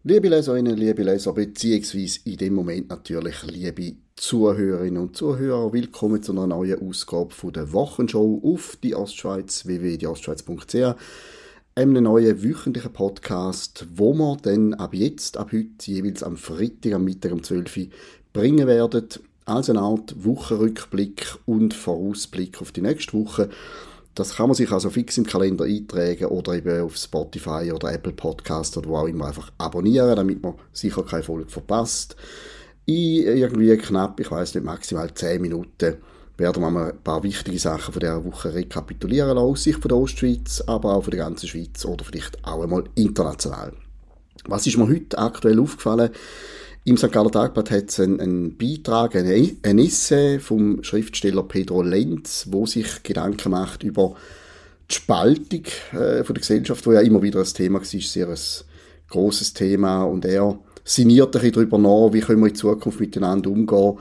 Liebe Leserinnen, liebe Leser, beziehungsweise in dem Moment natürlich liebe Zuhörerinnen und Zuhörer, willkommen zu einer neuen Ausgabe von der Wochenshow auf die Ostschweiz, www.dieostschweiz.ch, einem neuen wöchentlichen Podcast, wo wir dann ab heute, jeweils am Freitag, am Mittag um 12 Uhr bringen werden, als eine Art Wochenrückblick und Vorausblick auf die nächste Woche. Das kann man sich also fix im Kalender eintragen oder eben auf Spotify oder Apple Podcast oder wo auch immer einfach abonnieren, damit man sicher keine Folge verpasst. In irgendwie knapp, ich weiss nicht, maximal 10 Minuten werden wir mal ein paar wichtige Sachen von dieser Woche rekapitulieren lassen, aus Sicht von der Ostschweiz, aber auch von der ganzen Schweiz oder vielleicht auch einmal international. Was ist mir heute aktuell aufgefallen? Im St. Galler Tagblatt hat es einen Beitrag, ein Essay vom Schriftsteller Pedro Lenz, wo sich Gedanken macht über die Spaltung von der Gesellschaft, wo ja immer wieder ein Thema war, sehr ein grosses Thema, und er sinniert ein bisschen darüber nach, wie können wir in Zukunft miteinander umgehen.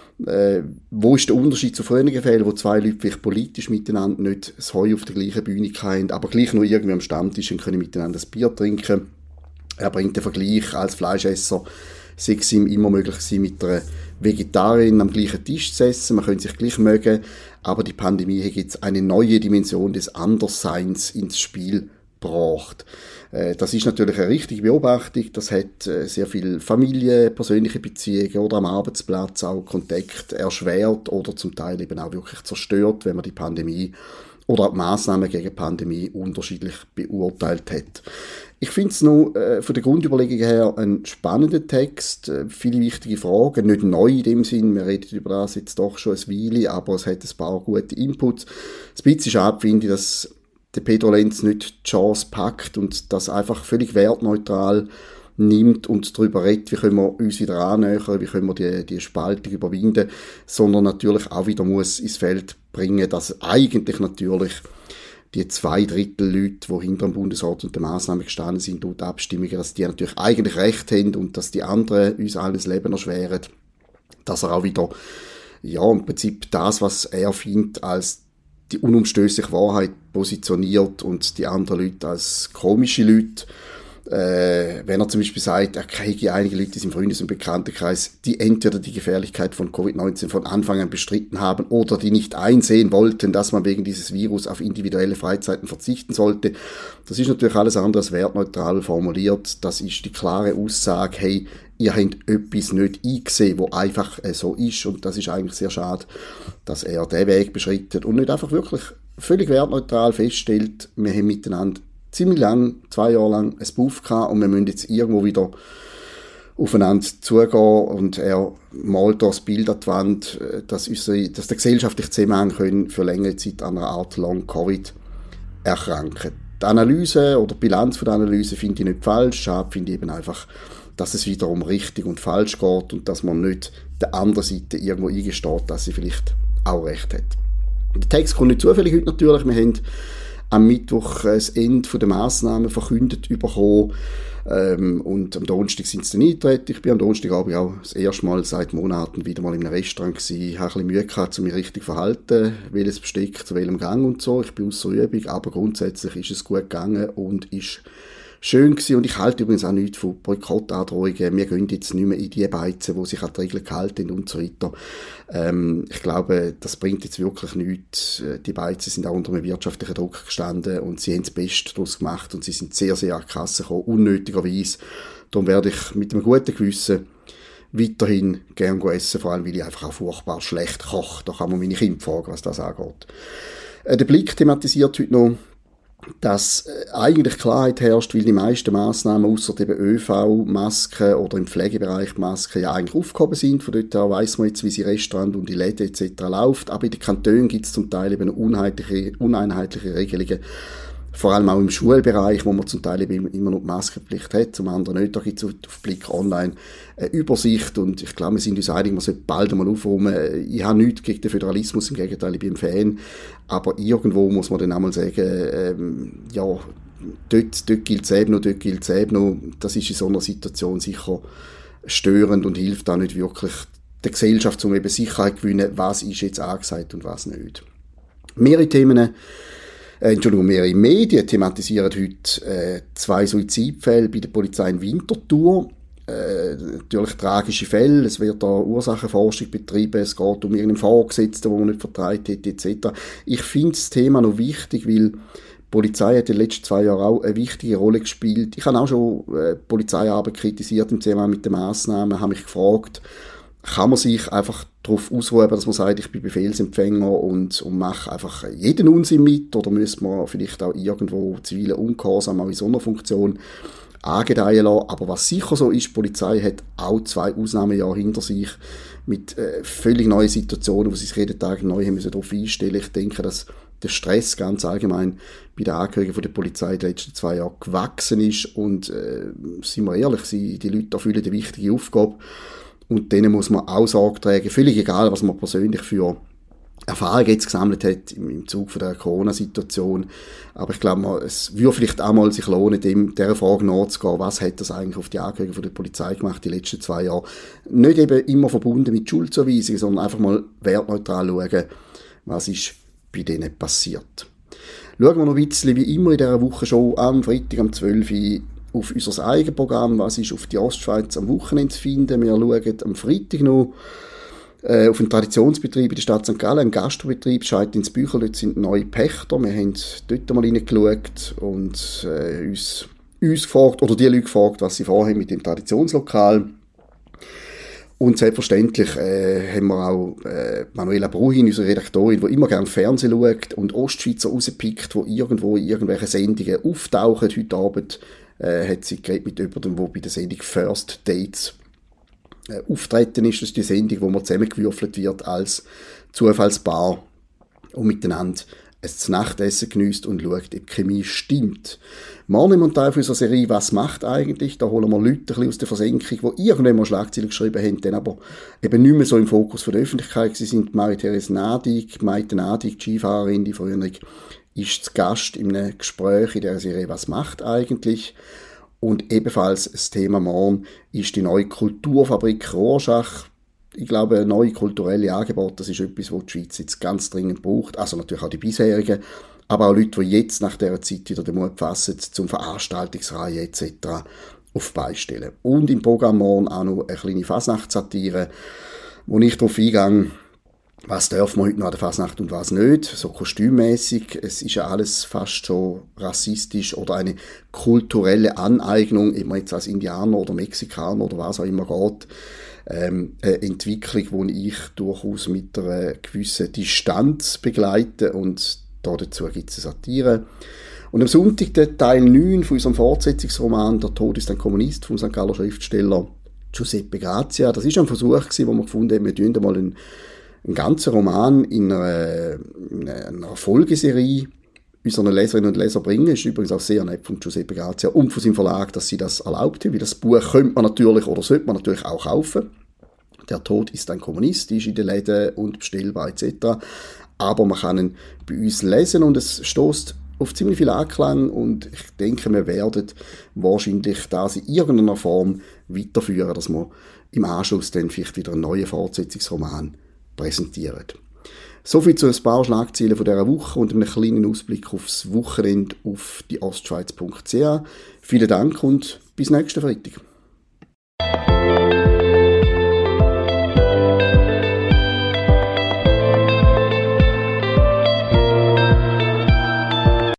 Wo ist der Unterschied zu früheren Fällen, wo zwei Leute vielleicht politisch miteinander nicht das Heu auf der gleichen Bühne haben, aber gleich nur irgendwie am Stammtisch und können miteinander ein Bier trinken. Er bringt den Vergleich: als Fleischesser sei es ihm immer möglich gewesen, mit einer Vegetarierin am gleichen Tisch zu essen. Man könnte sich gleich mögen, aber die Pandemie hat jetzt eine neue Dimension des Andersseins ins Spiel gebracht. Das ist natürlich eine richtige Beobachtung. Das hat sehr viel Familie, persönliche Beziehungen oder am Arbeitsplatz auch Kontakt erschwert oder zum Teil eben auch wirklich zerstört, wenn man die Pandemie oder auch die Massnahmen gegen die Pandemie unterschiedlich beurteilt hat. Ich finde es noch von der Grundüberlegung her ein spannender Text, viele wichtige Fragen, nicht neu in dem Sinn, wir reden über das jetzt doch schon ein Weile, aber es hat ein paar gute Inputs. Ein bisschen schade finde ich, dass der Pedro Lenz nicht die Chance packt und das einfach völlig wertneutral nimmt und darüber redet, wie können wir uns wieder annähern, wie können wir die Spaltung überwinden, sondern natürlich auch wieder muss ins Feld bringen, dass eigentlich natürlich die 2/3 Leute, die hinter dem Bundesrat und den Massnahmen gestanden sind und Abstimmungen, dass die natürlich eigentlich recht haben und dass die anderen uns alles Leben erschweren, dass er auch wieder, ja, im Prinzip das, was er findet, als die unumstößliche Wahrheit positioniert und die anderen Leute als komische Leute. Wenn er zum Beispiel sagt, er kriege einige Leute in seinem Freundes- und Bekanntenkreis, die entweder die Gefährlichkeit von Covid-19 von Anfang an bestritten haben oder die nicht einsehen wollten, dass man wegen dieses Virus auf individuelle Freizeiten verzichten sollte. Das ist natürlich alles andere als wertneutral formuliert. Das ist die klare Aussage, hey, ihr habt etwas nicht eingesehen, wo einfach so ist, und das ist eigentlich sehr schade, dass er diesen Weg beschreitet und nicht einfach wirklich völlig wertneutral feststellt, wir haben miteinander ziemlich lang, 2 Jahre lang, ein Buff gehabt und wir müssen jetzt irgendwo wieder aufeinander zugehen, und er malt das Bild an die Wand, dass der gesellschaftliche Zusammenhang können für längere Zeit an einer Art Long-Covid erkranken. Die Analyse oder die Bilanz von der Analyse finde ich nicht falsch, schade finde ich eben einfach, dass es wieder um richtig und falsch geht und dass man nicht der anderen Seite irgendwo eingesteht, dass sie vielleicht auch recht hat. Der Text kommt nicht zufällig heute natürlich, wir haben am Mittwoch das Ende der Massnahmen verkündet bekommen, und am Donnerstag sind sie dann eingetreten. Ich bin am Donnerstagabend auch das erste Mal seit Monaten wieder mal in einem Restaurant gewesen. Ich habe ein bisschen Mühe gehabt, um mich richtig zu verhalten, welches Besteck, zu welchem Gang und so. Ich bin ausser Übung, aber grundsätzlich ist es gut gegangen und ist schön gewesen. Und ich halte übrigens auch nichts von Boykottandrohungen. Wir gehen jetzt nicht mehr in die Beizen, die sich an die Regeln gehalten und so weiter. Ich glaube, das bringt jetzt wirklich nichts. Die Beizen sind auch unter einem wirtschaftlichen Druck gestanden und sie haben das Beste daraus gemacht und sie sind sehr, sehr an die Kasse gekommen, unnötigerweise. Darum werde ich mit einem guten Gewissen weiterhin gerne essen, vor allem weil ich einfach auch furchtbar schlecht koche. Da kann man meine Kinder fragen, was das angeht. Der Blick thematisiert heute noch, dass eigentlich Klarheit herrscht, weil die meisten Massnahmen ausser eben ÖV-Masken oder im Pflegebereich Masken ja eigentlich aufgehoben sind. Von dort her weiss man jetzt, wie sie Restaurant und die Läden etc. läuft. Aber in den Kantonen gibt es zum Teil eben uneinheitliche Regelungen. Vor allem auch im Schulbereich, wo man zum Teil eben immer noch die Maskenpflicht hat, zum anderen nicht. Da gibt es auf Blick online eine Übersicht und ich glaube, wir sind uns einig, man sollte bald einmal aufräumen. Ich habe nichts gegen den Föderalismus, im Gegenteil, ich bin ein Fan. Aber irgendwo muss man dann einmal sagen, ja, dort gilt es eben noch, dort gilt es eben noch. Das ist in so einer Situation sicher störend und hilft auch nicht wirklich der Gesellschaft, um eben Sicherheit zu gewinnen, was ist jetzt angesagt und was nicht. Mehrere Themen mehrere Medien thematisieren heute 2 Suizidfälle bei der Polizei in Winterthur. Natürlich tragische Fälle, es wird da Ursachenforschung betrieben, es geht um irgendeinen Vorgesetzten, den man nicht vertreibt hat, etc. Ich finde das Thema noch wichtig, weil die Polizei hat in den letzten 2 Jahren auch eine wichtige Rolle gespielt. Ich habe auch schon Polizeiarbeit kritisiert im Zusammenhang mit den Massnahmen, habe mich gefragt, kann man sich einfach darauf ausruhen, dass man sagt, ich bin Befehlsempfänger und mache einfach jeden Unsinn mit, oder müsste man vielleicht auch irgendwo zivilen Ungehorsam auch in so einer Funktion angedeihen lassen. Aber was sicher so ist, die Polizei hat auch 2 Ausnahmejahre hinter sich mit völlig neuen Situationen, wo sie sich jeden Tag neu haben darauf einstellen müssen. Ich denke, dass der Stress ganz allgemein bei den Angehörigen der Polizei in den letzten 2 Jahren gewachsen ist und sind wir ehrlich, die Leute erfüllen eine wichtige Aufgabe und denen muss man auch Sorge tragen, völlig egal, was man persönlich für Erfahrung jetzt gesammelt hat im Zuge der Corona-Situation. Aber ich glaube, es würde vielleicht auch mal sich lohnen, dieser Frage nachzugehen, was hat das eigentlich auf die Angehörigen der Polizei gemacht die letzten 2 Jahre. Nicht eben immer verbunden mit Schuldzuweisungen, sondern einfach mal wertneutral schauen, was ist bei denen passiert. Schauen wir noch ein bisschen, wie immer in dieser Woche schon am Freitag, am 12. Uhr auf unser eigenes Programm, was ist auf die Ostschweiz am Wochenende zu finden. Wir schauen am Freitag noch auf einen Traditionsbetrieb in der Stadt St. Gallen, einen Gastrobetrieb, Scheid ins Büchel, dort sind neue Pächter. Wir haben dort mal reingeschaut und uns gefragt, oder die Leute gefragt, was sie vorhaben mit dem Traditionslokal. Und selbstverständlich haben wir auch Manuela Bruhin, unsere Redaktorin, die immer gerne Fernsehen schaut und Ostschweizer rauspickt, die irgendwo in irgendwelchen Sendungen auftauchen. Heute Abend hat sie geredet mit jemandem, der bei der Sendung First Dates auftreten ist. Das ist die Sendung, wo man zusammengewürfelt wird als Zufallspaar und miteinander ein Nachtessen geniesst und schaut, ob die Chemie stimmt. Morgen im Teil unserer Serie «Was macht eigentlich?», da holen wir Leute ein bisschen aus der Versenkung, die irgendwann mal Schlagzeilen geschrieben haben, dann aber eben nicht mehr so im Fokus von der Öffentlichkeit. Sie sind Marie-Therese Nadig, Maite Nadig, die Skifahrerin, die früher ist zu Gast in einem Gespräch in der Serie «Was macht eigentlich?». Und ebenfalls das Thema morgen ist die neue Kulturfabrik Rorschach. Ich glaube, neue kulturelle Angebote, das ist etwas, was die Schweiz jetzt ganz dringend braucht. Also natürlich auch die bisherigen, aber auch Leute, die jetzt nach dieser Zeit wieder den Mut fassen, zum Veranstaltungsreihe etc. auf die Beine stellen. Und im Programm morgen auch noch eine kleine Fasnachtssatire, wo ich darauf eingehe, was darf man heute noch an der Fasnacht und was nicht, so kostümmäßig. Es ist ja alles fast schon rassistisch oder eine kulturelle Aneignung, ob man jetzt als Indianer oder Mexikaner oder was auch immer geht. Eine Entwicklung, die ich durchaus mit einer gewissen Distanz begleite, und dazu gibt es eine Satire. Und am Sonntag der Teil 9 von unserem Fortsetzungsroman «Der Tod ist ein Kommunist» vom St. Galler Schriftsteller Giuseppe Grazia. Das war ein Versuch, wo wir gefunden haben, wir tun mal einen ganzen Roman in einer Folgeserie unseren Leserinnen und Leser bringen. Ist übrigens auch sehr nett von Giuseppe Grazia und von seinem Verlag, dass sie das erlaubt haben, weil das Buch könnte man natürlich oder sollte man natürlich auch kaufen. «Der Tod ist ein Kommunist», ist in den Läden und bestellbar etc. Aber man kann ihn bei uns lesen und es stößt auf ziemlich viel Anklang, und ich denke, wir werden wahrscheinlich das in irgendeiner Form weiterführen, dass wir im Anschluss dann vielleicht wieder einen neuen Fortsetzungsroman präsentieren. Soviel zu ein paar Schlagzeilen von dieser Woche und einem kleinen Ausblick aufs Wochenende auf die Ostschweiz.ch. Vielen Dank und bis nächsten Freitag.